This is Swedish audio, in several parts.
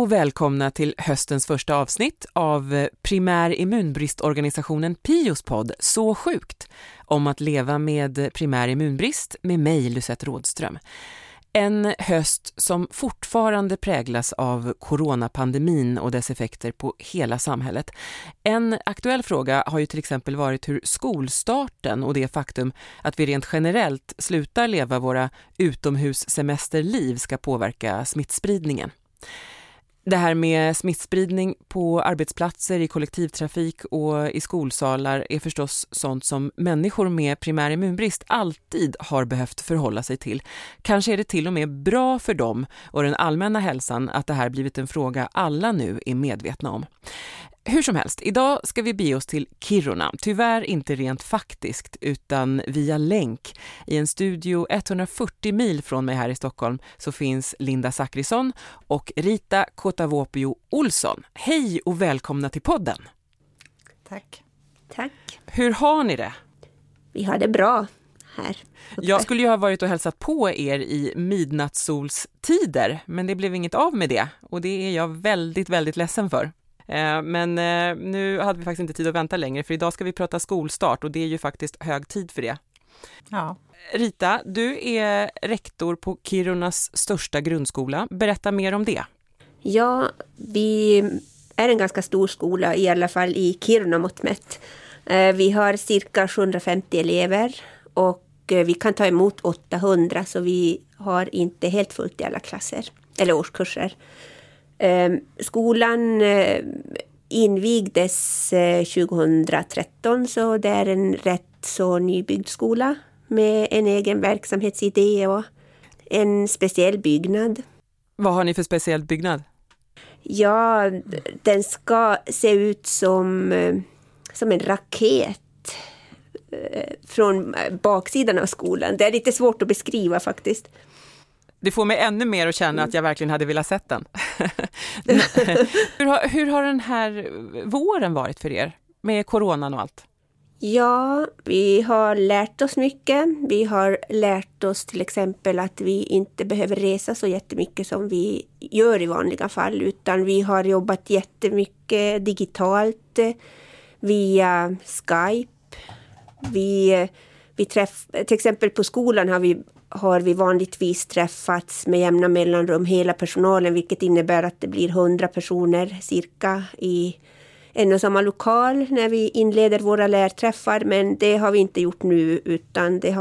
och välkomna till höstens första avsnitt av primär immunbristorganisationen PIOs podd Så sjukt, om att leva med primär immunbrist med mig, Lucette Rådström. En höst som fortfarande präglas av coronapandemin och dess effekter på hela samhället. En aktuell fråga har ju till exempel varit hur skolstarten och det faktum att vi rent generellt slutar leva våra utomhussemesterliv ska påverka smittspridningen. Det här med smittspridning på arbetsplatser, i kollektivtrafik och i skolsalar är förstås sånt som människor med primär immunbrist alltid har behövt förhålla sig till. Kanske är det till och med bra för dem och den allmänna hälsan att det här blivit en fråga alla nu är medvetna om. Hur som helst, idag ska vi bege oss till Kiruna. Tyvärr inte rent faktiskt utan via länk. I en studio 140 mil från mig här i Stockholm så finns Linda Zachrisson och Rita Kotavopio Olsson. Hej och välkomna till podden. Tack. Tack. Hur har ni det? Vi har det bra här uppe. Jag skulle ju ha varit och hälsat på er i midnattssolstider, men det blev inget av med det. Och det är jag väldigt, väldigt ledsen för. Men nu hade vi faktiskt inte tid att vänta längre, för idag ska vi prata skolstart och det är ju faktiskt hög tid för det. Ja. Rita, du är rektor på Kirunas största grundskola. Berätta mer om det. Ja, vi är en ganska stor skola, i alla fall i Kiruna mått mätt. Vi har cirka 750 elever och vi kan ta emot 800, så vi har inte helt fullt i alla klasser eller årskurser. Skolan invigdes 2013, så det är en rätt så nybyggd skola med en egen verksamhetsidé och en speciell byggnad. Vad har ni för speciell byggnad? Ja, den ska se ut som en raket från baksidan av skolan. Det är lite svårt att beskriva faktiskt. Det får mig ännu mer att känna att jag verkligen hade velat sett den. Hur har den här våren varit för er med coronan och allt? Ja, vi har lärt oss mycket. Vi har lärt oss till exempel att vi inte behöver resa så jättemycket som vi gör i vanliga fall, utan vi har jobbat jättemycket digitalt via Skype. Till exempel på skolan har vi vanligtvis träffats med jämna mellanrum, hela personalen, vilket innebär att det blir 100 personer cirka i en och samma lokal när vi inleder våra lärträffar, men det har vi inte gjort nu, utan det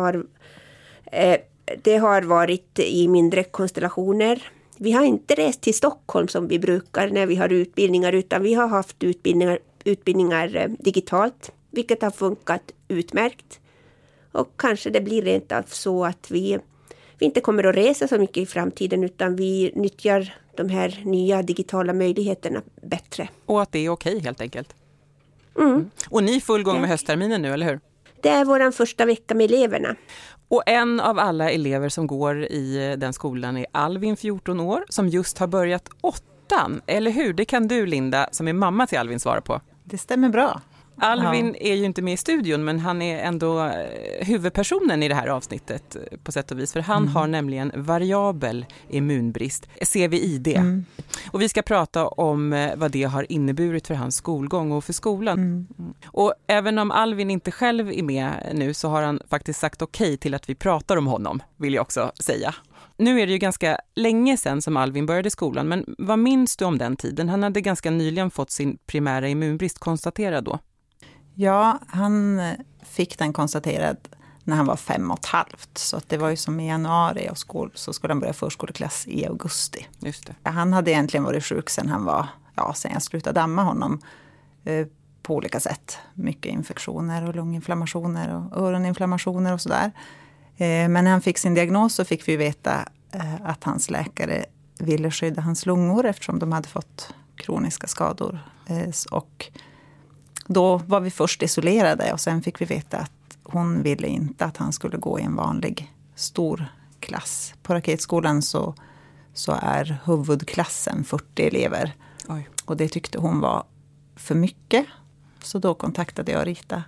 har varit i mindre konstellationer. Vi har inte rest till Stockholm som vi brukar när vi har utbildningar, utan vi har haft utbildningar digitalt, vilket har funkat utmärkt. Och kanske det blir rent av så att vi inte kommer att resa så mycket i framtiden, utan vi nyttjar de här nya digitala möjligheterna bättre. Och att det är okej helt enkelt. Mm. Och ni är full gång med höstterminen nu, eller hur? Det är vår första vecka med eleverna. Och en av alla elever som går i den skolan är Alvin, 14 år, som just har börjat 8:an. Eller hur? Det kan du, Linda, som är mamma till Alvin, svara på. Det stämmer bra. Alvin är ju inte med i studion, men han är ändå huvudpersonen i det här avsnittet på sätt och vis. För han har nämligen variabel immunbrist, CVID. Och vi ska prata om vad det har inneburit för hans skolgång och för skolan. Och även om Alvin inte själv är med nu, så har han faktiskt sagt okej till att vi pratar om honom, vill jag också säga. Nu är det ju ganska länge sedan som Alvin började skolan, men vad minns du om den tiden? Han hade ganska nyligen fått sin primära immunbrist konstaterad då. Ja, han fick den konstaterad när han var 5,5. Så att det var ju som i januari och så skulle han börja förskoleklass i augusti. Just det. Han hade egentligen varit sjuk sen jag slutade damma honom på olika sätt. Mycket infektioner och lunginflammationer och öroninflammationer och sådär. Men när han fick sin diagnos så fick vi veta att hans läkare ville skydda hans lungor eftersom de hade fått kroniska skador. Och då var vi först isolerade och sen fick vi veta att hon ville inte att han skulle gå i en vanlig stor klass. På raketskolan så är huvudklassen 40 elever. Oj. Och det tyckte hon var för mycket. Så då kontaktade jag Rita.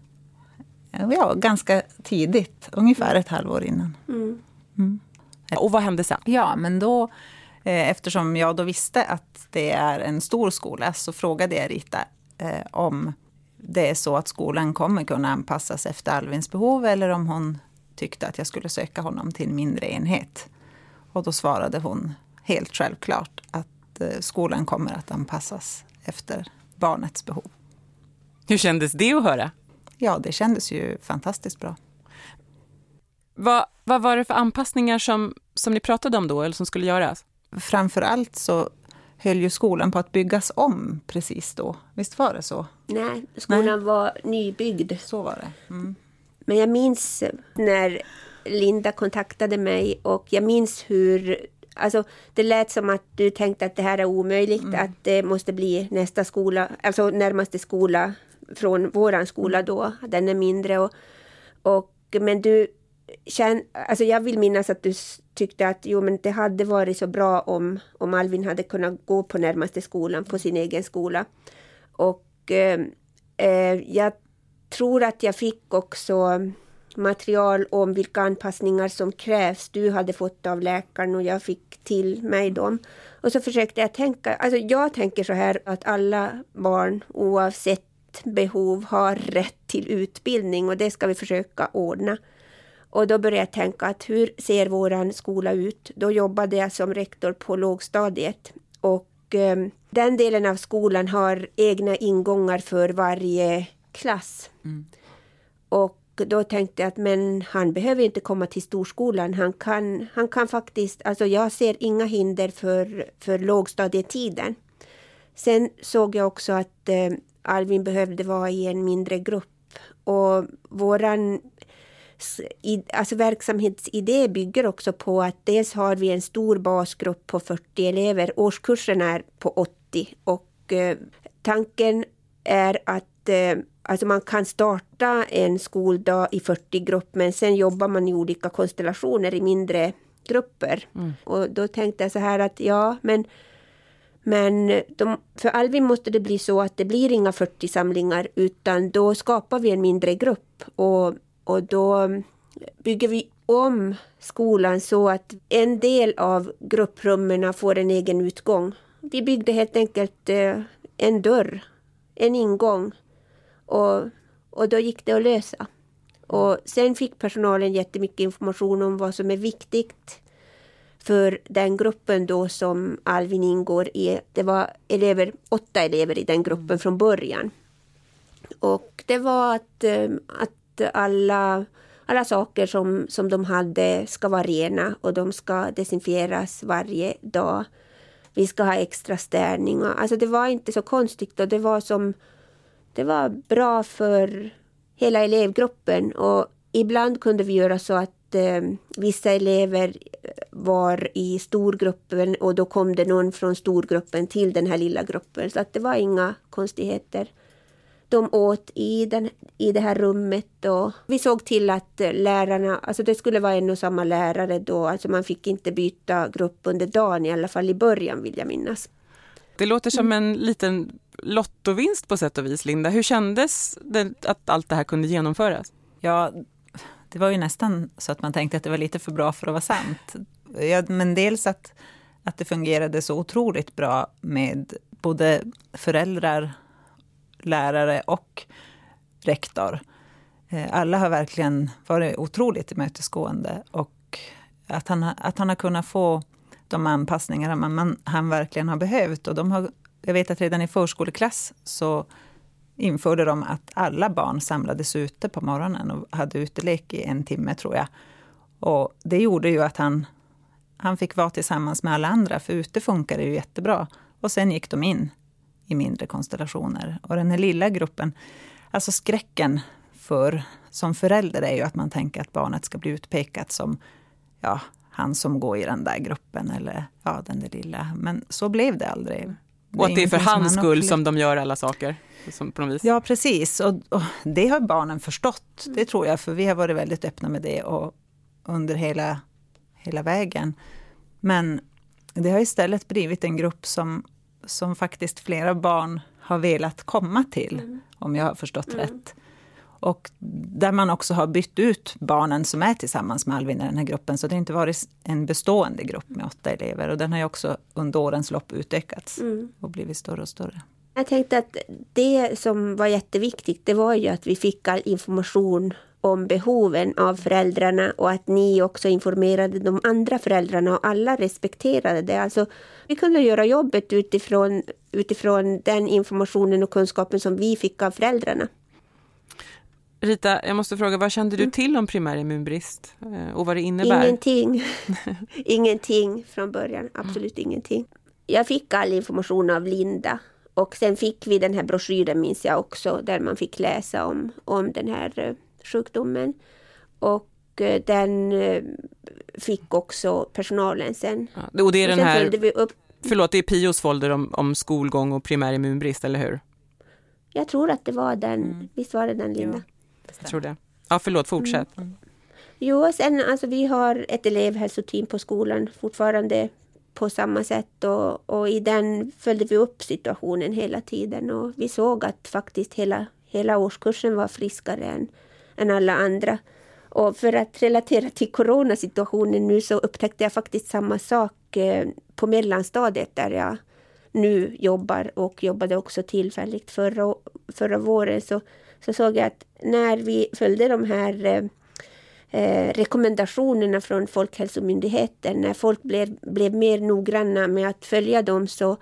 Ja, ganska tidigt, ungefär ett halvår innan. Och vad hände sen? Ja, men då Eftersom jag då visste att det är en stor skola så frågade jag Rita om det är så att skolan kommer kunna anpassas efter Alvins behov eller om hon tyckte att jag skulle söka honom till en mindre enhet. Och då svarade hon helt självklart att skolan kommer att anpassas efter barnets behov. Hur kändes det att höra? Ja, det kändes ju fantastiskt bra. Vad var det för anpassningar som ni pratade om då eller som skulle göras? Framförallt så höll ju skolan på att byggas om precis då. Visst var det så? Nej, skolan var nybyggd. Så var det. Mm. Men jag minns när Linda kontaktade mig och jag minns hur... Alltså, det lät som att du tänkte att det här är omöjligt, att det måste bli nästa skola, alltså närmaste skola från våran skola då, den är mindre. Men du alltså jag vill minnas att du tyckte att men det hade varit så bra om Alvin hade kunnat gå på närmaste skolan, på sin egen skola. Och jag tror att jag fick också material om vilka anpassningar som krävs. Du hade fått av läkaren och jag fick till mig dem. Och så försökte jag tänka, alltså jag tänker så här att alla barn oavsett behov har rätt till utbildning och det ska vi försöka ordna. Och då började jag tänka att hur ser våran skola ut? Då jobbade jag som rektor på lågstadiet och den delen av skolan har egna ingångar för varje klass. Och då tänkte jag att men han behöver inte komma till storskolan. Han kan faktiskt, alltså jag ser inga hinder för lågstadietiden. Sen såg jag också att Alvin behövde vara i en mindre grupp. Och våran verksamhetsidé bygger också på att dels har vi en stor basgrupp på 40 elever. Årskursen är på 80 och tanken är att alltså man kan starta en skoldag i 40-grupp men sen jobbar man i olika konstellationer i mindre grupper. Och då tänkte jag så här att men för Alvin måste det bli så att det blir inga 40-samlingar utan då skapar vi en mindre grupp och då bygger vi om skolan så att en del av grupprummen får en egen utgång. Vi byggde helt enkelt en dörr, en ingång och då gick det att lösa. Och sen fick personalen jättemycket information om vad som är viktigt för den gruppen då som Alvin ingår i. Det var 8 elever i den gruppen från början. Och det var att alla saker som de hade ska vara rena och de ska desinfieras varje dag. Vi ska ha extra städning. Alltså det var inte så konstigt och det var bra för hela elevgruppen. Och ibland kunde vi göra så att vissa elever var i storgruppen och då kom det någon från storgruppen till den här lilla gruppen. Så att det var inga konstigheter. De åt i det här rummet och vi såg till att lärarna, alltså det skulle vara en och samma lärare då. Alltså man fick inte byta grupp under dagen, i alla fall i början vill jag minnas. Det låter som en liten lottovinst på sätt och vis, Linda. Hur kändes det att allt det här kunde genomföras? Ja, det var ju nästan så att man tänkte att det var lite för bra för att vara sant. Ja, men dels att det fungerade så otroligt bra med både föräldrar, lärare och rektor. Alla har verkligen varit otroligt tillmötesgående och att han har kunnat få de anpassningar han verkligen har behövt. Och jag vet att redan i förskoleklass så införde de att alla barn samlades ute på morgonen och hade utelek i 1 timme tror jag. Och det gjorde ju att han fick vara tillsammans med alla andra för ute funkar det ju jättebra. Och sen gick de in i mindre konstellationer. Och den här lilla gruppen, alltså skräcken som förälder är ju att man tänker att barnet ska bli utpekat som han som går i den där gruppen eller den där lilla. Men så blev det aldrig. Och att det är för hans skull som de gör alla saker på något vis. Ja, precis. Och det har barnen förstått. Det tror jag, för vi har varit väldigt öppna med det och under hela vägen. Men det har istället blivit en grupp som faktiskt flera barn har velat komma till, om jag har förstått rätt. Och där man också har bytt ut barnen som är tillsammans med Alvin i den här gruppen. Så det har inte varit en bestående grupp med 8 elever. Och den har ju också under årens lopp utökats och blivit större och större. Jag tänkte att det som var jätteviktigt, det var ju att vi fick all information om behoven av föräldrarna och att ni också informerade de andra föräldrarna och alla respekterade det. Alltså, vi kunde göra jobbet utifrån den informationen och kunskapen som vi fick av föräldrarna. Rita, jag måste fråga, vad kände du till om primär immunbrist och vad det innebär? Ingenting. Ingenting från början, absolut ingenting. Jag fick all information av Linda och sen fick vi den här broschyren, minns jag också, där man fick läsa om den här sjukdomen. Och den fick också personalen sen. Ja, och det är den här, vi upp. Förlåt, det är Pios folder om skolgång och primär immunbrist, eller hur? Jag tror att det var den, visst var det den, Linda? Ja, jag tror det. Ja, förlåt, fortsätt. Jo, sen alltså vi har ett elevhälsoteam på skolan fortfarande på samma sätt och i den följde vi upp situationen hela tiden och vi såg att faktiskt hela årskursen var friskare än alla andra. Och för att relatera till coronasituationen nu så upptäckte jag faktiskt samma sak på mellanstadiet där jag nu jobbar och jobbade också tillfälligt förra våren så såg jag att när vi följde de här rekommendationerna från Folkhälsomyndigheten, när folk blev mer noggranna med att följa dem så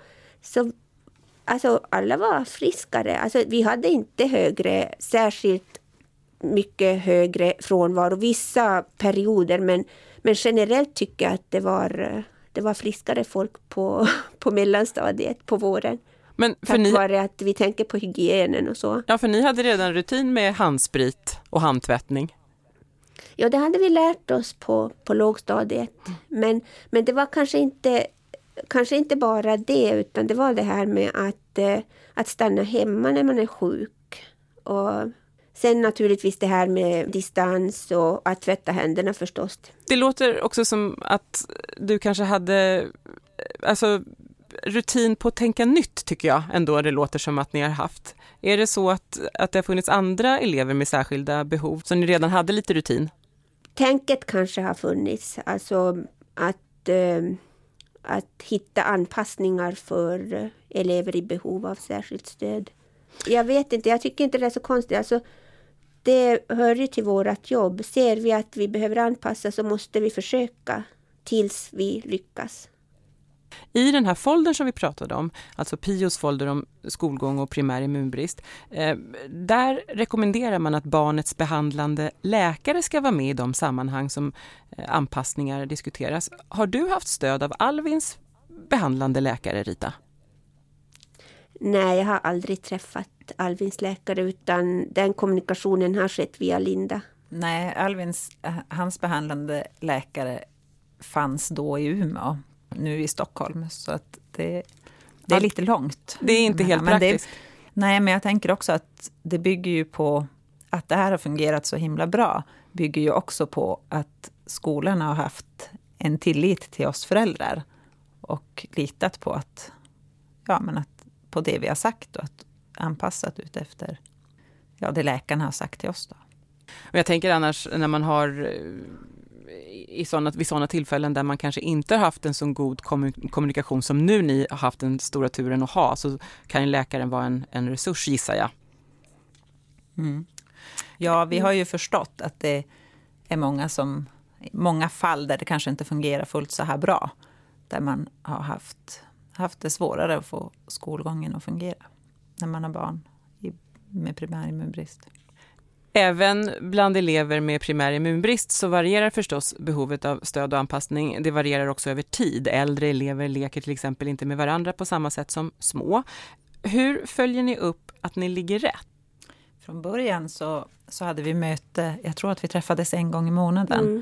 alltså alla var friskare. Alltså vi hade inte särskilt mycket högre frånvaro vissa perioder men generellt tycker jag att det var friskare folk på mellanstadiet på våren. Men tack vare att vi tänker på hygienen och så. Ja, för ni hade redan rutin med handsprit och handtvättning. Ja, det hade vi lärt oss på lågstadiet. Men det var kanske inte bara det, utan det var det här med att stanna hemma när man är sjuk. Och sen naturligtvis det här med distans och att tvätta händerna förstås. Det låter också som att du kanske hade rutin på att tänka nytt, tycker jag ändå det låter som att ni har haft. Är det så att det har funnits andra elever med särskilda behov som ni redan hade lite rutin? Tänket kanske har funnits, alltså att hitta anpassningar för elever i behov av särskilt stöd. Jag vet inte, jag tycker inte det är så konstigt. Alltså, det hör ju till vårt jobb. Ser vi att vi behöver anpassa så måste vi försöka tills vi lyckas. I den här foldern som vi pratade om, alltså Pios folder om skolgång och primär immunbrist, där rekommenderar man att barnets behandlande läkare ska vara med i de sammanhang som anpassningar diskuteras. Har du haft stöd av Alvins behandlande läkare, Rita? Nej, jag har aldrig träffat Alvins läkare utan den kommunikationen har skett via Linda. Nej, hans behandlande läkare fanns då i Umeå. Nu i Stockholm, så att det är lite långt. Det är inte helt praktiskt. Nej, men jag tänker också att det bygger ju på att det här har fungerat så himla bra. Bygger ju också på att skolorna har haft en tillit till oss föräldrar och litat på att på det vi har sagt och att anpassat ut efter det läkarna har sagt till oss då. Och jag tänker annars när man har vid sådana tillfällen där man kanske inte har haft en så god kommunikation som nu ni har haft den stora turen att ha, så kan ju läkaren vara en resurs, gissar jag. Mm. Ja, vi har ju förstått att det är många fall där det kanske inte fungerar fullt så här bra. Där man har haft det svårare att få skolgången att fungera när man har barn med primär immunbrist. Även bland elever med primär immunbrist så varierar förstås behovet av stöd och anpassning. Det varierar också över tid. Äldre elever leker till exempel inte med varandra på samma sätt som små. Hur följer ni upp att ni ligger rätt? Från början så hade vi möte, jag tror att vi träffades en gång i månaden.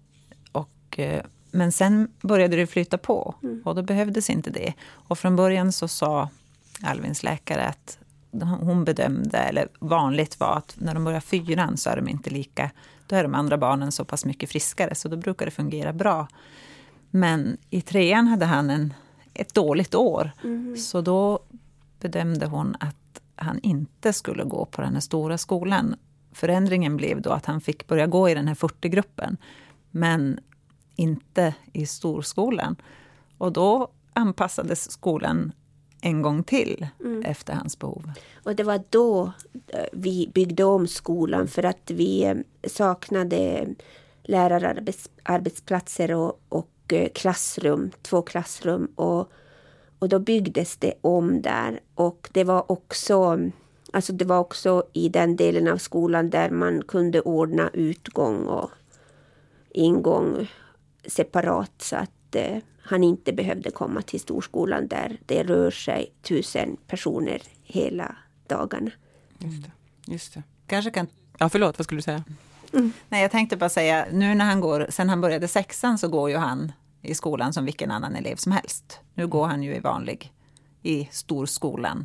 Men sen började det flyta på och då behövdes inte det. Och från början så sa Alvins läkare att hon bedömde, eller vanligt var att när de börjar 4 så är de inte lika, då är de andra barnen så pass mycket friskare så då brukar det fungera bra. Men i 3 hade han ett dåligt år så då bedömde hon att han inte skulle gå på den här stora skolan förändringen blev då att han fick börja gå i den här 40-gruppen. Men inte i storskolan. Och då anpassades skolan en gång till efter hans behov. Och det var då vi byggde om skolan för att vi saknade lärararbetsplatser och klassrum, 2 klassrum. Och då byggdes det om där. Och det var också i den delen av skolan där man kunde ordna utgång och ingång separat så att han inte behövde komma till storskolan där det rör sig 1000 personer hela dagarna. Just det. Kanske kan... Ja, förlåt, vad skulle du säga? Nej, jag tänkte bara säga, nu när sen han började 6:an så går ju han i skolan som vilken annan elev som helst. Nu går han ju i storskolan,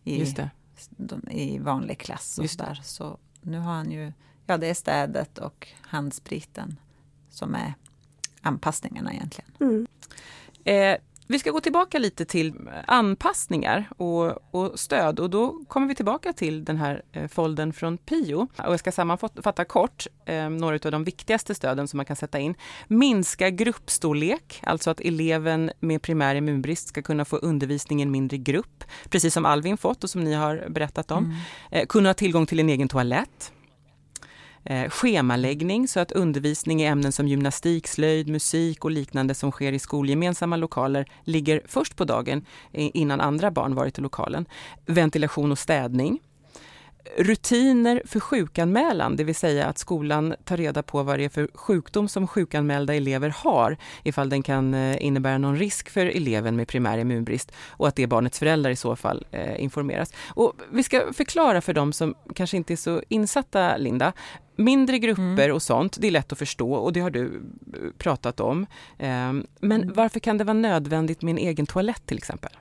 i vanlig klass och där. Så nu har han ju, det är städet och handspriten som är anpassningarna egentligen. Vi ska gå tillbaka lite till anpassningar och stöd, och då kommer vi tillbaka till den här foldern från PIO. Och jag ska sammanfatta kort några av de viktigaste stöden som man kan sätta in. Minska gruppstorlek, alltså att eleven med primär immunbrist ska kunna få undervisning i en mindre grupp, precis som Alvin fått och som ni har berättat om. Kunna ha tillgång till en egen toalett. Schemaläggning så att undervisning i ämnen som gymnastik, slöjd, musik och liknande som sker i skolgemensamma lokaler ligger först på dagen innan andra barn varit i lokalen. Ventilation och städning. Rutiner för sjukanmälan, det vill säga att skolan tar reda på vad det är för sjukdom som sjukanmälda elever har, ifall den kan innebära någon risk för eleven med primär immunbrist, och att det barnets föräldrar i så fall informeras. Och vi ska förklara för dem som kanske inte är så insatta, Linda. Mindre grupper och sånt, det är lätt att förstå och det har du pratat om. Men varför kan det vara nödvändigt med en egen toalett till exempel?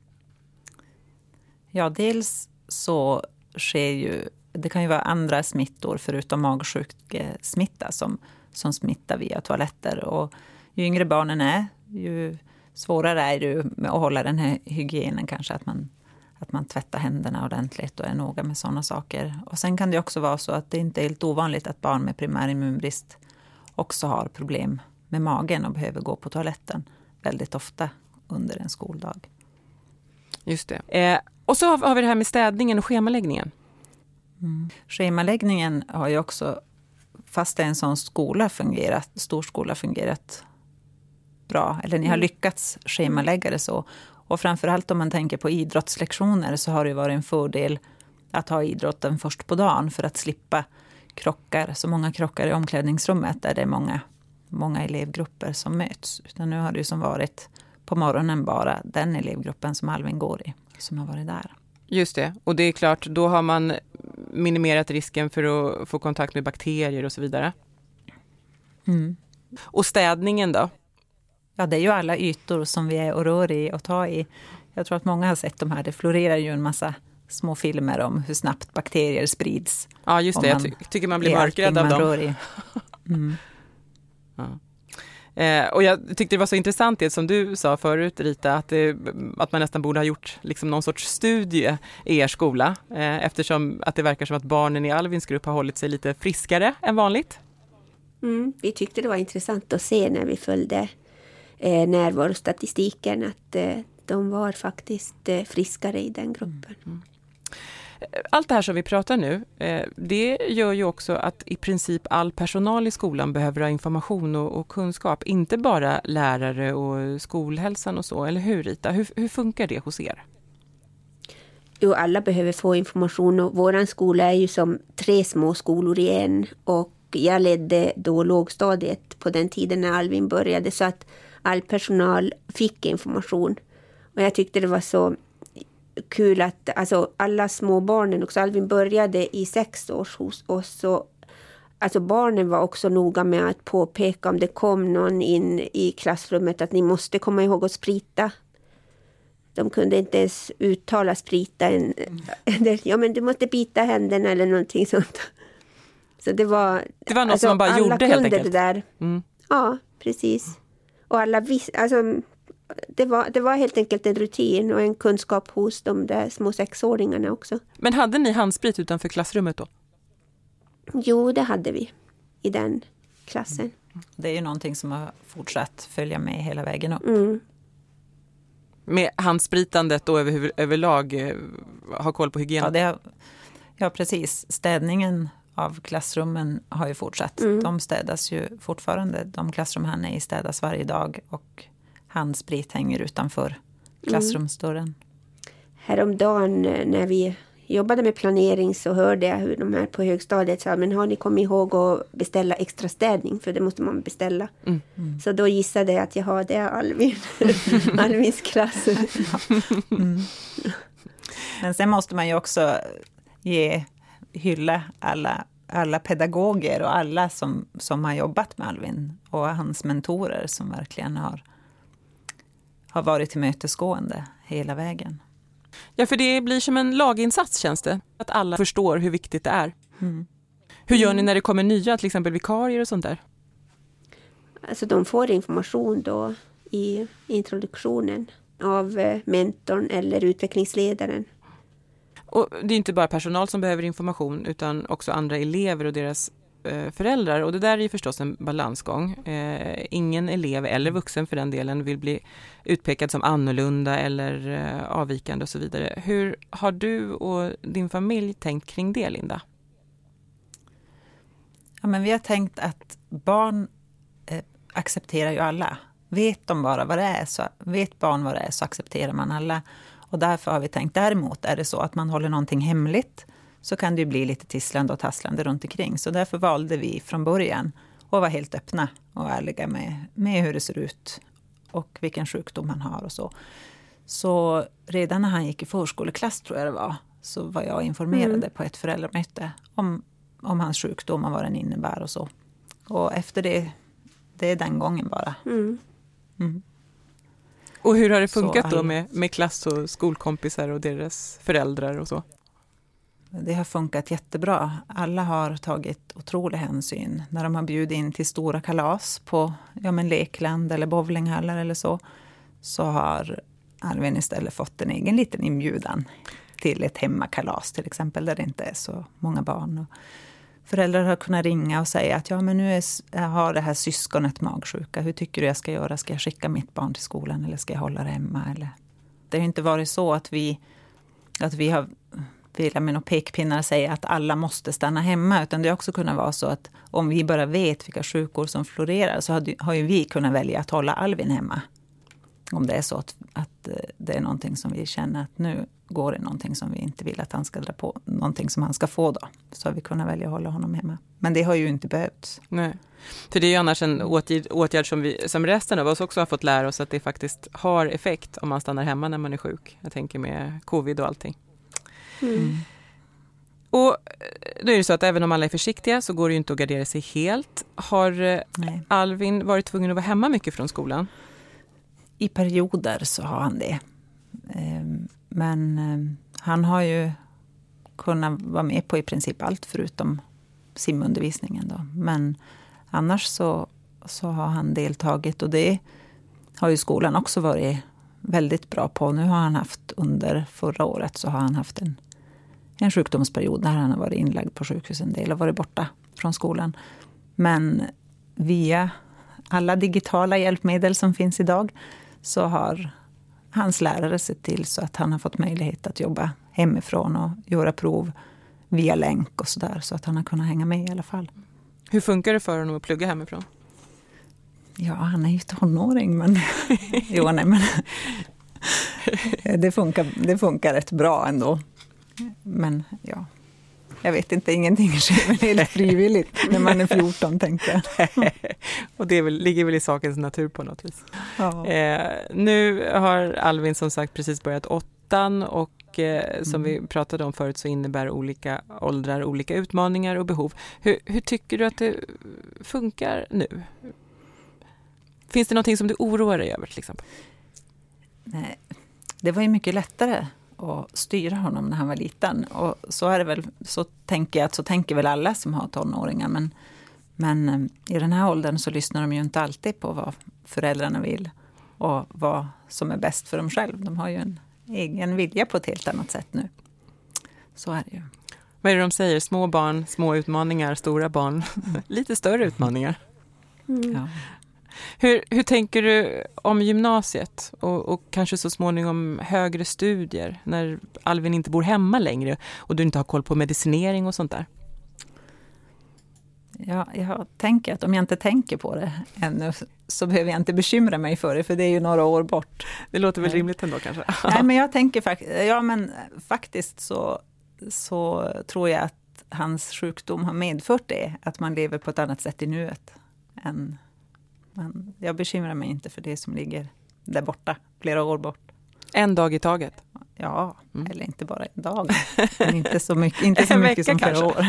Ja, dels så det kan ju vara andra smittor förutom magsjuksmitta som smittar via toaletter. Och ju yngre barnen är, ju svårare är det med att hålla den här hygienen kanske. Att man tvättar händerna ordentligt och är noga med sådana saker. Och sen kan det också vara så att det inte är helt ovanligt att barn med primär immunbrist också har problem med magen och behöver gå på toaletten väldigt ofta under en skoldag. Just det. Och så har vi det här med städningen och schemaläggningen. Schemaläggningen har ju också, fast det är en sån stor skola fungerat bra. Eller ni har lyckats schemalägga det så. Och framförallt om man tänker på idrottslektioner så har det varit en fördel att ha idrotten först på dagen för att slippa krockar. Så många krockar i omklädningsrummet där det är många elevgrupper som möts. Utan nu har det ju som varit på morgonen bara den elevgruppen som Alvin går i som har varit där. Just det, och det är klart, då har man minimerat risken för att få kontakt med bakterier och så vidare. Och städningen då? Ja, det är ju alla ytor som vi är och rör i och tar i. Jag tror att många har sett de här. Det florerar ju en massa små filmer om hur snabbt bakterier sprids. Ja, just det. Jag tycker man blir mörkrädd av dem. Ja. Och jag tyckte det var så intressant det som du sa förut, Rita, att man nästan borde ha gjort liksom någon sorts studie i er skola, eftersom att det verkar som att barnen i Alvins grupp har hållit sig lite friskare än vanligt. Vi tyckte det var intressant att se när vi följde närvarostatistiken att de var faktiskt friskare i den gruppen. Allt det här som vi pratar nu, det gör ju också att i princip all personal i skolan behöver ha information och kunskap. Inte bara lärare och skolhälsan och så, eller hur Rita? Hur funkar det hos er? Jo, alla behöver få information och våran skola är ju som 3 små skolor i en. Och jag ledde då lågstadiet på den tiden när Alvin började så att all personal fick information. Och jag tyckte det var så kul att alla små barnen också. Alvin började i 6 års hos oss. Så, barnen var också noga med att påpeka om det kom någon in i klassrummet att ni måste komma ihåg att sprita. De kunde inte ens uttala sprita. Ja, men du måste bita händerna eller någonting sånt. Så det var något som man bara gjorde helt enkelt. Det där. Ja, precis. Och alla visste, det var helt enkelt en rutin och en kunskap hos de där små 6-åringarna också. Men hade ni handsprit utanför klassrummet då? Jo, det hade vi i den klassen. Det är ju någonting som har fortsatt följa med hela vägen upp. Med handspritandet och överlag ha koll på hygien? Ja, precis. Städningen av klassrummen har ju fortsatt. De städas ju fortfarande. De klassrum han är i städas varje dag och handsprit hänger utanför klassrumsdörren. Häromdagen när vi jobbade med planering så hörde jag hur de här på högstadiet sa, men har ni kommit ihåg att beställa extra städning? För det måste man beställa. Så då gissade jag att det är Alvin. Alvins klass. Men sen måste man ju också hylla alla pedagoger och alla som har jobbat med Alvin och hans mentorer som verkligen har varit tillmötesgående hela vägen. Ja, för det blir som en laginsats, känns det. Att alla förstår hur viktigt det är. Hur gör ni när det kommer nya, till exempel vikarier och sånt där? Alltså de får information då i introduktionen av mentorn eller utvecklingsledaren. Och det är inte bara personal som behöver information utan också andra elever och deras föräldrar. Och det där är ju förstås en balansgång. Ingen elev eller vuxen för den delen vill bli utpekad som annorlunda eller avvikande och så vidare. Hur har du och din familj tänkt kring det, Linda? Ja, men vi har tänkt att barn accepterar ju alla. Vet barn vad det är så accepterar man alla. Och därför har vi tänkt, däremot är det så att man håller någonting hemligt så kan det ju bli lite tisslande och tasslande runt omkring. Så därför valde vi från början att vara helt öppna och ärliga med hur det ser ut och vilken sjukdom han har och så. Så redan när han gick i förskoleklass tror jag det var, så var jag informerad på ett föräldramöte om hans sjukdom och vad den innebär och så. Och efter det är den gången bara. Och hur har det funkat då med klass och skolkompisar och deras föräldrar och så? Det har funkat jättebra. Alla har tagit otrolig hänsyn. När de har bjudit in till stora kalas på lekland eller bowlinghallar eller så har Alvin istället fått en egen liten inbjudan till ett hemmakalas till exempel där det inte är så många barn. Och föräldrar har kunnat ringa och säga att nu har det här syskonet magsjuka. Hur tycker du jag ska göra? Ska jag skicka mitt barn till skolan eller ska jag hålla det hemma? Eller? Det har inte varit så att vi har velat med några pekpinnar säga att alla måste stanna hemma. Utan det har också kunnat vara så att om vi bara vet vilka sjukor som florerar så har ju vi kunnat välja att hålla Alvin hemma. Om det är så att det är någonting som vi känner att nu går det någonting som vi inte vill att han ska dra på. Någonting som han ska få då. Så har vi kunnat välja att hålla honom hemma. Men det har ju inte behövts. Nej. För det är ju annars en åtgärd som resten av oss också har fått lära oss att det faktiskt har effekt om man stannar hemma när man är sjuk. Jag tänker med covid och allting. Och då är det så att även om alla är försiktiga så går det ju inte att gardera sig helt. Har Alvin varit tvungen att vara hemma mycket från skolan? I perioder så har han det. Men han har ju kunnat vara med på i princip allt förutom simundervisningen då. Men annars så har han deltagit och det har ju skolan också varit väldigt bra på. Nu har han haft under förra året så har han haft en sjukdomsperiod där han har varit inlagd på sjukhus en del och varit borta från skolan. Men via alla digitala hjälpmedel som finns idag så har hans lärare sett till så att han har fått möjlighet att jobba hemifrån och göra prov via länk och sådär. Så att han har kunnat hänga med i alla fall. Hur funkar det för honom att plugga hemifrån? Ja, han är ju tonåring men det funkar rätt bra ändå. Men ja, jag vet inte, ingenting sker väl helt frivilligt när man är 14 tänker jag. Och det ligger väl i sakens natur på något vis. Ja. Nu har Alvin som sagt precis börjat 8:an och som vi pratade om förut så innebär olika åldrar olika utmaningar och behov. Hur tycker du att det funkar nu? Finns det någonting som du oroar dig över till exempel? Nej, det var ju mycket lättare att styra honom när han var liten. Och så är det väl, så tänker väl alla som har tonåringar. Men i den här åldern så lyssnar de ju inte alltid på vad föräldrarna vill och vad som är bäst för dem själv. De har ju en egen vilja på ett helt annat sätt nu. Så är det ju. Vad är det de säger? Små barn, små utmaningar, stora barn, lite större utmaningar. Ja. Hur tänker du om gymnasiet och kanske så småningom högre studier när Alvin inte bor hemma längre och du inte har koll på medicinering och sånt där? Ja, jag tänker att om jag inte tänker på det ännu så behöver jag inte bekymra mig för det, för det är ju några år bort. Det låter väl rimligt ändå kanske? Nej, men jag tänker faktiskt så tror jag att hans sjukdom har medfört det, att man lever på ett annat sätt i nuet. Men jag bekymrar mig inte för det som ligger där borta, flera år bort. En dag i taget? Ja, eller inte bara en dag, men inte så mycket som flera år.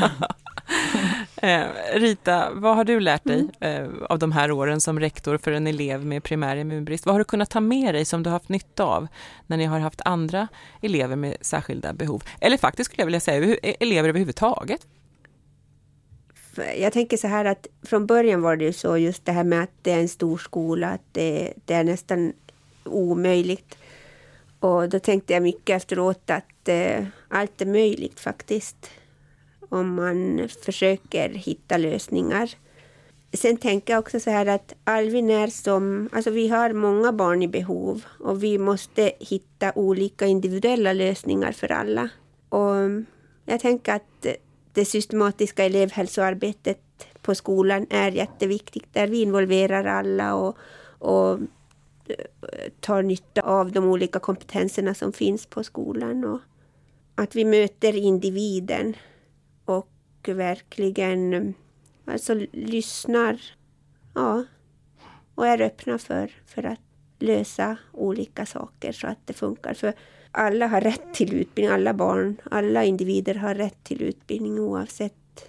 Rita, vad har du lärt dig av de här åren som rektor för en elev med primär immunbrist? Vad har du kunnat ta med dig som du har haft nytta av när ni har haft andra elever med särskilda behov? Eller faktiskt skulle jag vilja säga elever överhuvudtaget. Jag tänker så här att från början var det ju så, just det här med att det är en stor skola, att det är nästan omöjligt. Och då tänkte jag mycket efteråt att allt är möjligt faktiskt, om man försöker hitta lösningar. Sen tänker jag också så här att Alvin vi har många barn i behov och vi måste hitta olika individuella lösningar för alla. Och jag tänker att det systematiska elevhälsoarbetet på skolan är jätteviktigt, där vi involverar alla och tar nytta av de olika kompetenserna som finns på skolan, och att vi möter individen och verkligen lyssnar och är öppna för att lösa olika saker så att det funkar. För alla har rätt till utbildning, alla barn, alla individer har rätt till utbildning oavsett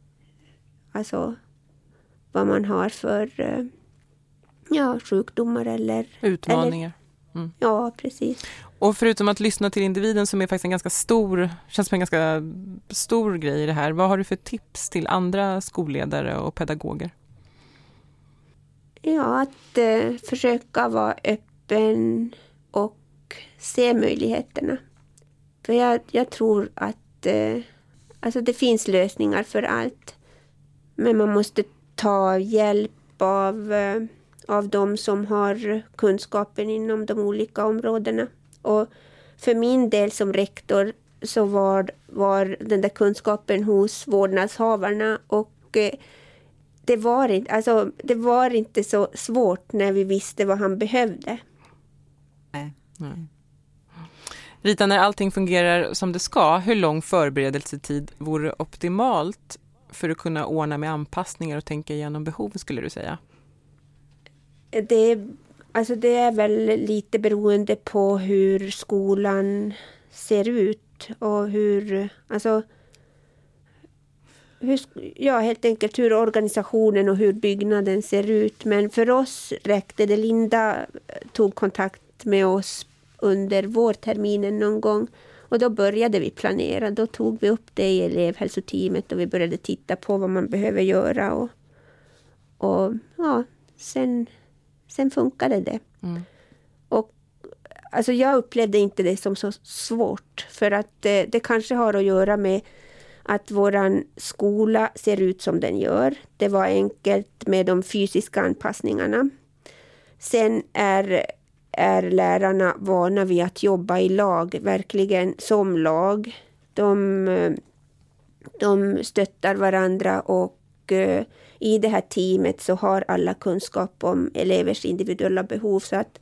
vad man har för sjukdomar eller utmaningar. Ja, precis. Och förutom att lyssna till individen, som är faktiskt känns som en ganska stor grej i det här, vad har du för tips till andra skolledare och pedagoger? Ja, att försöka vara öppen och se möjligheterna. För jag tror att det finns lösningar för allt. Men man måste ta hjälp av de som har kunskapen inom de olika områdena. Och för min del som rektor så var den där kunskapen hos vårdnadshavarna, och det var inte så svårt när vi visste vad han behövde. Nej. Rita, när allting fungerar som det ska, hur lång förberedelsetid vore optimalt för att kunna ordna med anpassningar och tänka igenom behov, skulle du säga? Det är väl lite beroende på hur skolan ser ut och helt enkelt hur organisationen och hur byggnaden ser ut. Men för oss räckte det. Linda tog kontakt med oss under vårterminen någon gång, och då började vi planera. Då tog vi upp det i elevhälsoteamet och vi började titta på vad man behöver göra, och sen funkade det. Och jag upplevde inte det som så svårt, för att det kanske har att göra med att våran skola ser ut som den gör. Det var enkelt med de fysiska anpassningarna. Sen är lärarna vana vid att jobba i lag, verkligen som lag. De stöttar varandra, och i det här teamet så har alla kunskap om elevers individuella behov. Så att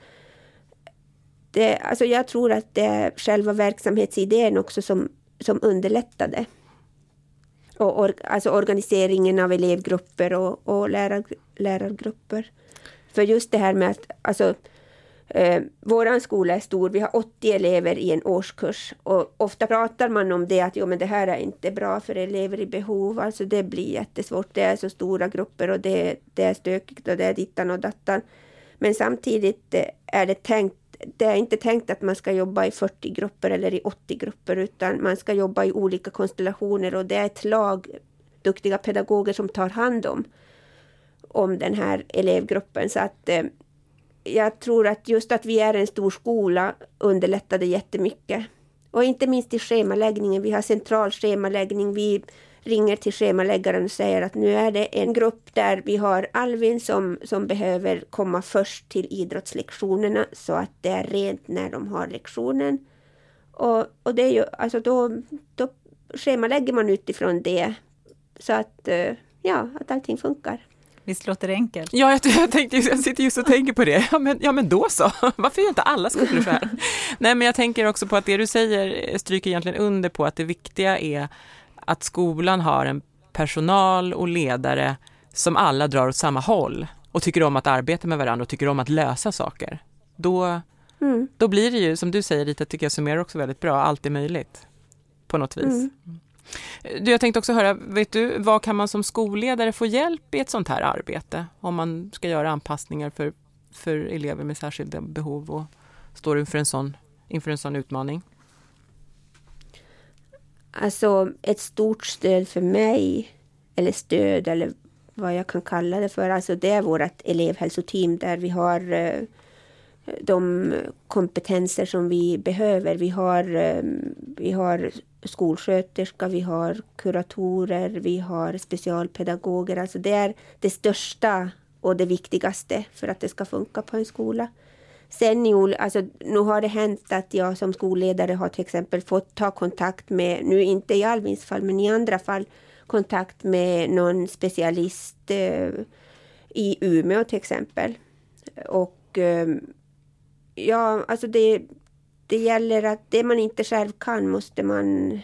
jag tror att det är själva verksamhetsidén också som underlättade. Och organiseringen av elevgrupper och lärargrupper. För just det här med att våran skola är stor, vi har 80 elever i en årskurs, och ofta pratar man om det att men det här är inte bra för elever i behov, det blir jättesvårt, det är så stora grupper och det är stökigt och det är dittan och dattan. Men samtidigt är det är inte tänkt att man ska jobba i 40 grupper eller i 80 grupper, utan man ska jobba i olika konstellationer, och det är ett lag duktiga pedagoger som tar hand om den här elevgruppen. Så att jag tror att just att vi är en stor skola underlättade jättemycket. Och inte minst i schemaläggningen. Vi har central schemaläggning. Vi ringer till schemaläggaren och säger att nu är det en grupp där vi har Alvin som behöver komma först till idrottslektionerna så att det är rent när de har lektionen. Och det är ju, alltså då schemalägger man utifrån det så att, att allting funkar. Visst låter det enkelt? Ja, jag sitter just och tänker på det. Ja, men då så. Varför gör inte alla skolor så här? Nej, men jag tänker också på att det du säger stryker egentligen under på att det viktiga är att skolan har en personal och ledare som alla drar åt samma håll och tycker om att arbeta med varandra och tycker om att lösa saker. Då blir det ju, som du säger Rita, tycker jag summerar också väldigt bra, allt är möjligt på något vis. Jag tänkte också höra, vet du, vad kan man som skolledare få hjälp i ett sånt här arbete om man ska göra anpassningar för elever med särskilda behov och står inför en sån utmaning? Alltså ett stort stöd för mig, eller stöd eller vad jag kan kalla det för, alltså det är vårt elevhälsoteam där vi har de kompetenser som vi behöver. Vi har skolsköterska, vi har kuratorer, vi har specialpedagoger. Alltså det är det största och det viktigaste för att det ska funka på en skola. Sen nu har det hänt att jag som skolledare har till exempel fått ta kontakt med, nu inte i Alvins fall men i andra fall, kontakt med någon specialist i Umeå till exempel. Och alltså det gäller att det man inte själv kan man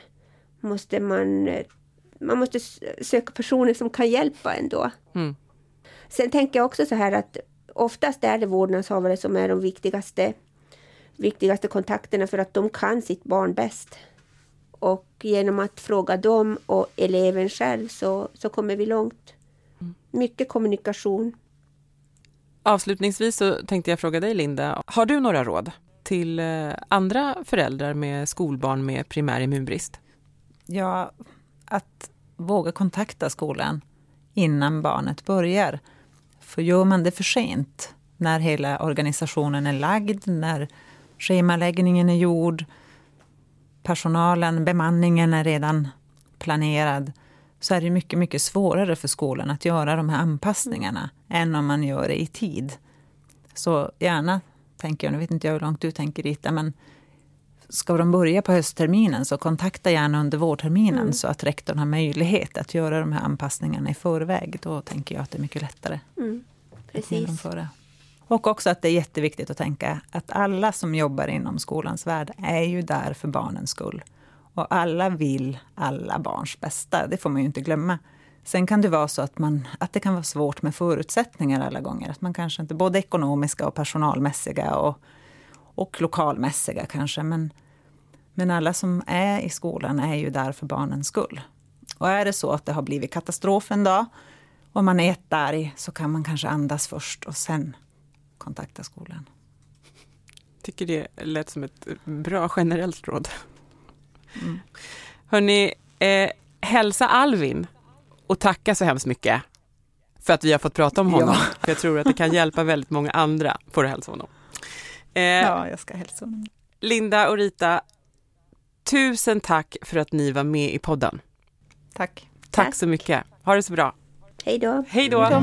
måste söka personer som kan hjälpa ändå. Sen tänker jag också så här att oftast är det vårdnadshavare som är de viktigaste kontakterna för att de kan sitt barn bäst. Och genom att fråga dem och eleven själv så kommer vi långt. Mycket kommunikation. Avslutningsvis så tänkte jag fråga dig Linda, har du några råd till andra föräldrar med skolbarn med primär immunbrist? Ja, att våga kontakta skolan innan barnet börjar. För gör man det för sent, när hela organisationen är lagd, när schemaläggningen är gjord, personalen, bemanningen är redan planerad, så är det mycket, mycket svårare för skolan att göra de här anpassningarna än om man gör det i tid. Så gärna, tänker jag, nu vet inte jag hur långt du tänker Rita, men ska de börja på höstterminen så kontakta gärna under vårterminen så att rektorn har möjlighet att göra de här anpassningarna i förväg. Då tänker jag att det är mycket lättare. Precis. Och också att det är jätteviktigt att tänka att alla som jobbar inom skolans värld är ju där för barnens skull. Och alla vill alla barns bästa, det får man ju inte glömma. Sen kan det vara så att det kan vara svårt med förutsättningar alla gånger. Att man kanske inte, både ekonomiska och personalmässiga och lokalmässiga kanske. Men alla som är i skolan är ju där för barnens skull. Och är det så att det har blivit katastrof en dag och man är jättearg, så kan man kanske andas först och sen kontakta skolan. Tycker det lät som ett bra generellt råd. Hörrni, hälsa Alvin och tacka så hemskt mycket för att vi har fått prata om honom. För jag tror att det kan hjälpa väldigt många andra för att hälsa honom. Ja, jag ska hälsa honom. Linda och Rita, tusen tack för att ni var med i podden. Tack så mycket. Ha det så bra. Hej då. Hej då.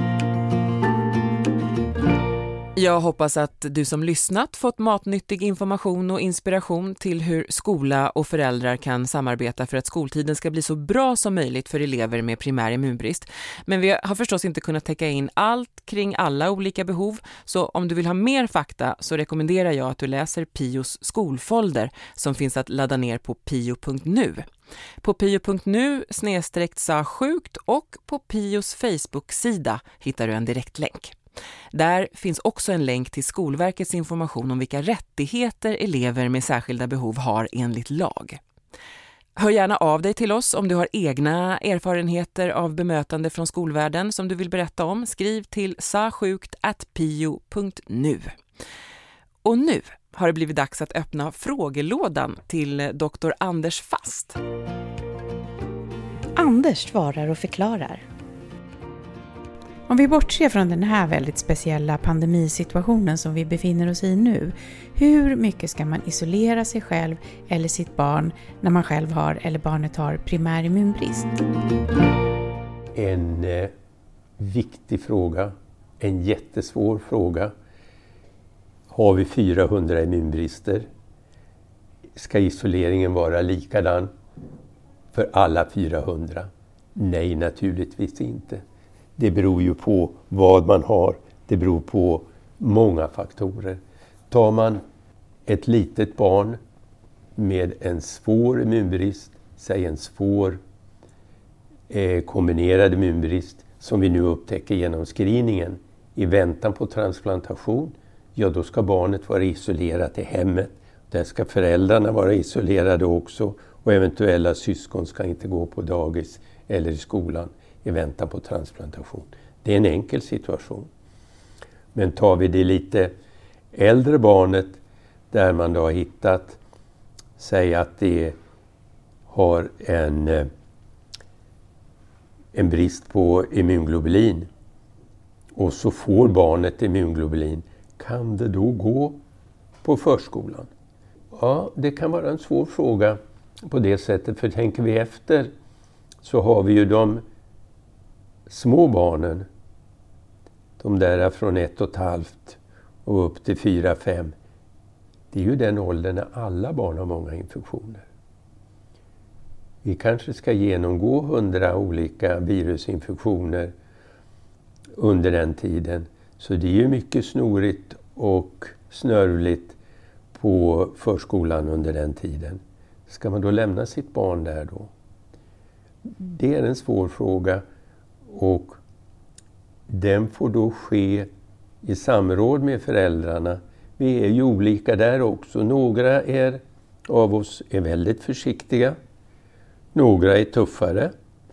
Jag hoppas att du som lyssnat fått matnyttig information och inspiration till hur skola och föräldrar kan samarbeta för att skoltiden ska bli så bra som möjligt för elever med primär immunbrist. Men vi har förstås inte kunnat täcka in allt kring alla olika behov, så om du vill ha mer fakta så rekommenderar jag att du läser Pios skolfolder som finns att ladda ner på pio.nu. På pio.nu/sjukt och på Pios Facebook-sida hittar du en direktlänk. Där finns också en länk till Skolverkets information om vilka rättigheter elever med särskilda behov har enligt lag. Hör gärna av dig till oss om du har egna erfarenheter av bemötande från skolvärlden som du vill berätta om. Skriv till sjukt@pio.nu. Och nu har det blivit dags att öppna frågelådan till Dr. Anders Fast. Anders svarar och förklarar. Om vi bortser från den här väldigt speciella pandemisituationen som vi befinner oss i nu, hur mycket ska man isolera sig själv eller sitt barn när man själv har eller barnet har primär immunbrist? En viktig fråga, en jättesvår fråga. Har vi 400 immunbrister? Ska isoleringen vara likadan för alla 400? Nej, naturligtvis inte. Det beror ju på vad man har. Det beror på många faktorer. Tar man ett litet barn med en svår immunbrist, säg en svår kombinerad immunbrist som vi nu upptäcker genom screeningen i väntan på transplantation, ja då ska barnet vara isolerat i hemmet. Där ska föräldrarna vara isolerade också och eventuella syskon ska inte gå på dagis eller i skolan i väntan på transplantation. Det är en enkel situation. Men tar vi det lite äldre barnet där man då har hittat, säg att det har en brist på immunglobulin och så får barnet immunglobulin, kan det då gå på förskolan? Ja, det kan vara en svår fråga på det sättet, för tänker vi efter så har vi ju de små barnen, de där från 1,5 och upp till 4-5. Det är ju den åldern när alla barn har många infektioner. Vi kanske ska genomgå 100 olika virusinfektioner under den tiden. Så det är ju mycket snorigt och snörvligt på förskolan under den tiden. Ska man då lämna sitt barn där då? Det är en svår fråga och den får då ske i samråd med föräldrarna. Vi är ju olika där också. Några av oss är väldigt försiktiga. Några är tuffare.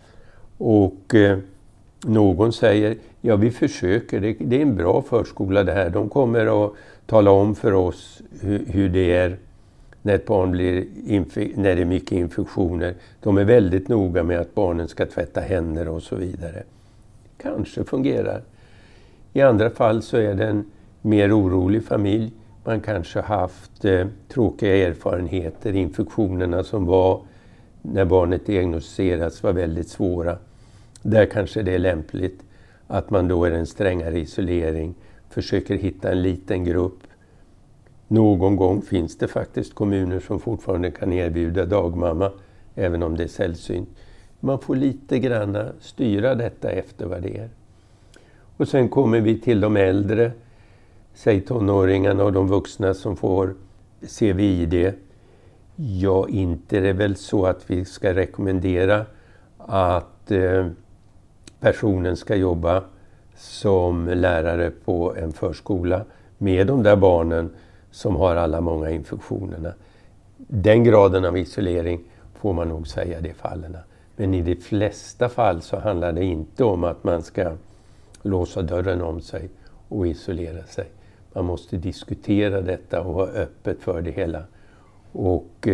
Och någon säger, ja vi försöker, det är en bra förskola det här. De kommer att tala om för oss hur det är när ett barn när det är mycket infektioner. De är väldigt noga med att barnen ska tvätta händer och så vidare. Kanske fungerar. I andra fall så är det en mer orolig familj. Man kanske har haft tråkiga erfarenheter. Infektionerna som var när barnet diagnostiserats var väldigt svåra. Där kanske det är lämpligt att man då är en strängare isolering. Försöker hitta en liten grupp. Någon gång finns det faktiskt kommuner som fortfarande kan erbjuda dagmamma, även om det är sällsynt. Man får lite grann styra detta efter vad det är. Och sen kommer vi till de äldre, säg tonåringarna och de vuxna som får CVID. Ja, inte är det väl så att vi ska rekommendera att personen ska jobba som lärare på en förskola med de där barnen som har alla många infektionerna. Den graden av isolering får man nog säga det fallen. Men i de flesta fall så handlar det inte om att man ska låsa dörren om sig och isolera sig. Man måste diskutera detta och vara öppet för det hela. Och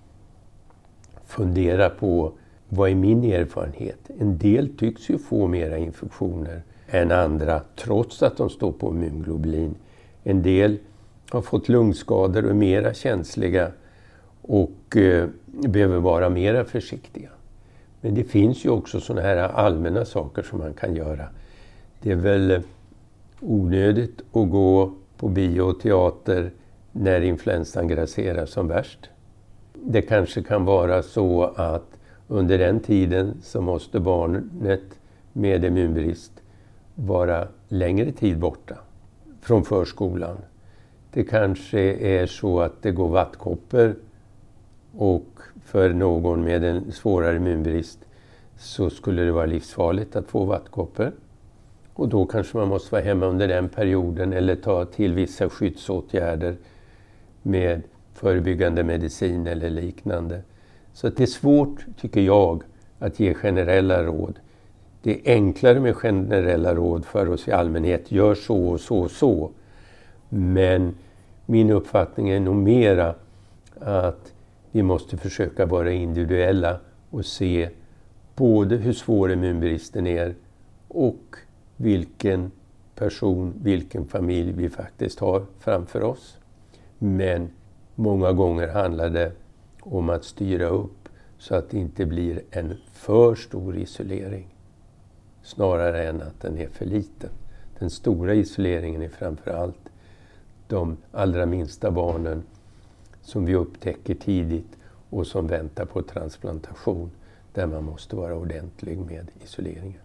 fundera på, vad är min erfarenhet? En del tycks ju få mera infektioner än andra trots att de står på immunglobulin. En del har fått lungskador och är mera känsliga och behöver vara mera försiktiga. Men det finns ju också sådana här allmänna saker som man kan göra. Det är väl onödigt att gå på bio och teater när influensan grasserar som värst. Det kanske kan vara så att under den tiden så måste barnet med immunbrist vara längre tid borta från förskolan. Det kanske är så att det går vattkoppor och för någon med en svårare immunbrist så skulle det vara livsfarligt att få vattkoppor. Och då kanske man måste vara hemma under den perioden eller ta till vissa skyddsåtgärder med förebyggande medicin eller liknande. Så att det är svårt, tycker jag, att ge generella råd. Det är enklare med generella råd för oss i allmänhet. Gör så och så och så. Men min uppfattning är nog mera att vi måste försöka vara individuella och se både hur svår immunbristen är och vilken person, vilken familj vi faktiskt har framför oss. Men många gånger handlar det om att styra upp så att det inte blir en för stor isolering. Snarare än att den är för liten. Den stora isoleringen är framförallt de allra minsta barnen som vi upptäcker tidigt och som väntar på transplantation, där man måste vara ordentlig med isoleringen.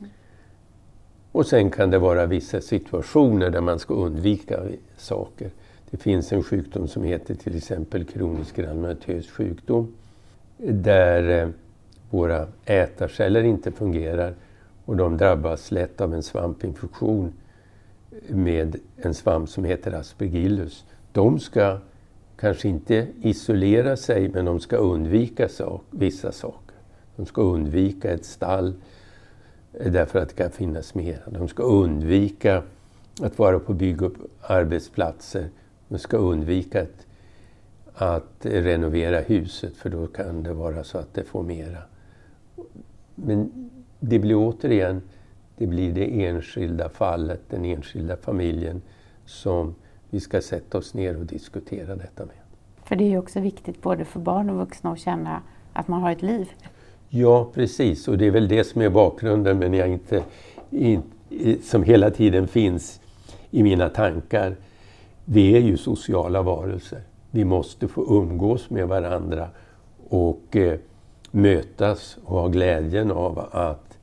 Och sen kan det vara vissa situationer där man ska undvika saker. Det finns en sjukdom som heter till exempel kronisk granulomatös sjukdom, där våra ätarceller inte fungerar och de drabbas lätt av en svampinfektion med en svamp som heter aspergillus. De ska kanske inte isolera sig, men de ska undvika vissa saker. De ska undvika ett stall därför att det kan finnas mera. De ska undvika att vara på bygga upp arbetsplatser. De ska undvika att renovera huset, för då kan det vara så att det får mera. Men det blir återigen, det blir det enskilda fallet, den enskilda familjen som vi ska sätta oss ner och diskutera detta med. För det är ju också viktigt både för barn och vuxna att känna att man har ett liv. Ja, precis. Och det är väl det som är bakgrunden, men jag inte som hela tiden finns i mina tankar. Vi är ju sociala varelser. Vi måste få umgås med varandra och mötas och ha glädjen av att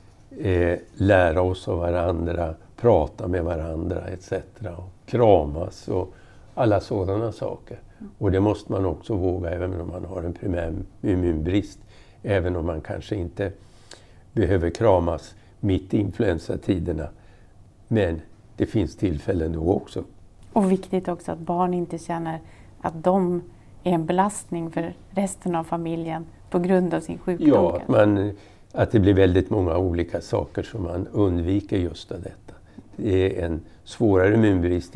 lära oss av varandra, prata med varandra etc. Och kramas och alla sådana saker. Och det måste man också våga även om man har en primär immunbrist. Även om man kanske inte behöver kramas mitt i influensatiderna. Men det finns tillfällen då också. Och viktigt också att barn inte känner att de är en belastning för resten av familjen på grund av sin sjukdom. Ja, att det blir väldigt många olika saker som man undviker just av detta. Det är en svårare immunbrist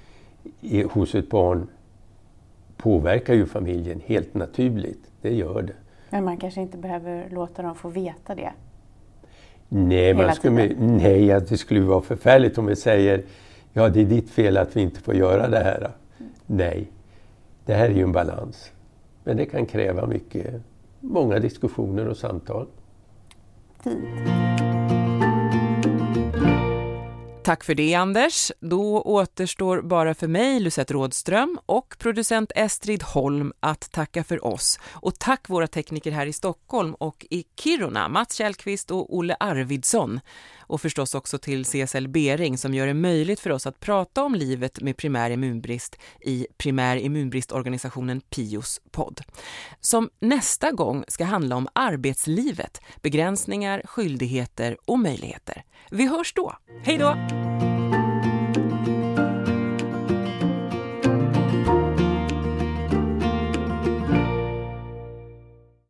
hos ett barn påverkar ju familjen helt naturligt. Det gör det. Men man kanske inte behöver låta dem få veta det. Nej, det skulle vara förfärligt om vi säger ja, det är ditt fel att vi inte får göra det här. Nej, det här är ju en balans. Men det kan kräva många diskussioner och samtal. Fint. Tack för det, Anders. Då återstår bara för mig, Lucette Rådström, och producent Estrid Holm att tacka för oss. Och tack våra tekniker här i Stockholm och i Kiruna, Mats Kjellqvist och Olle Arvidsson. Och förstås också till CSL Bering som gör det möjligt för oss att prata om livet med primär immunbrist i primär immunbristorganisationen PIOS podd. Som nästa gång ska handla om arbetslivet, begränsningar, skyldigheter och möjligheter. Vi hörs då. Hej då!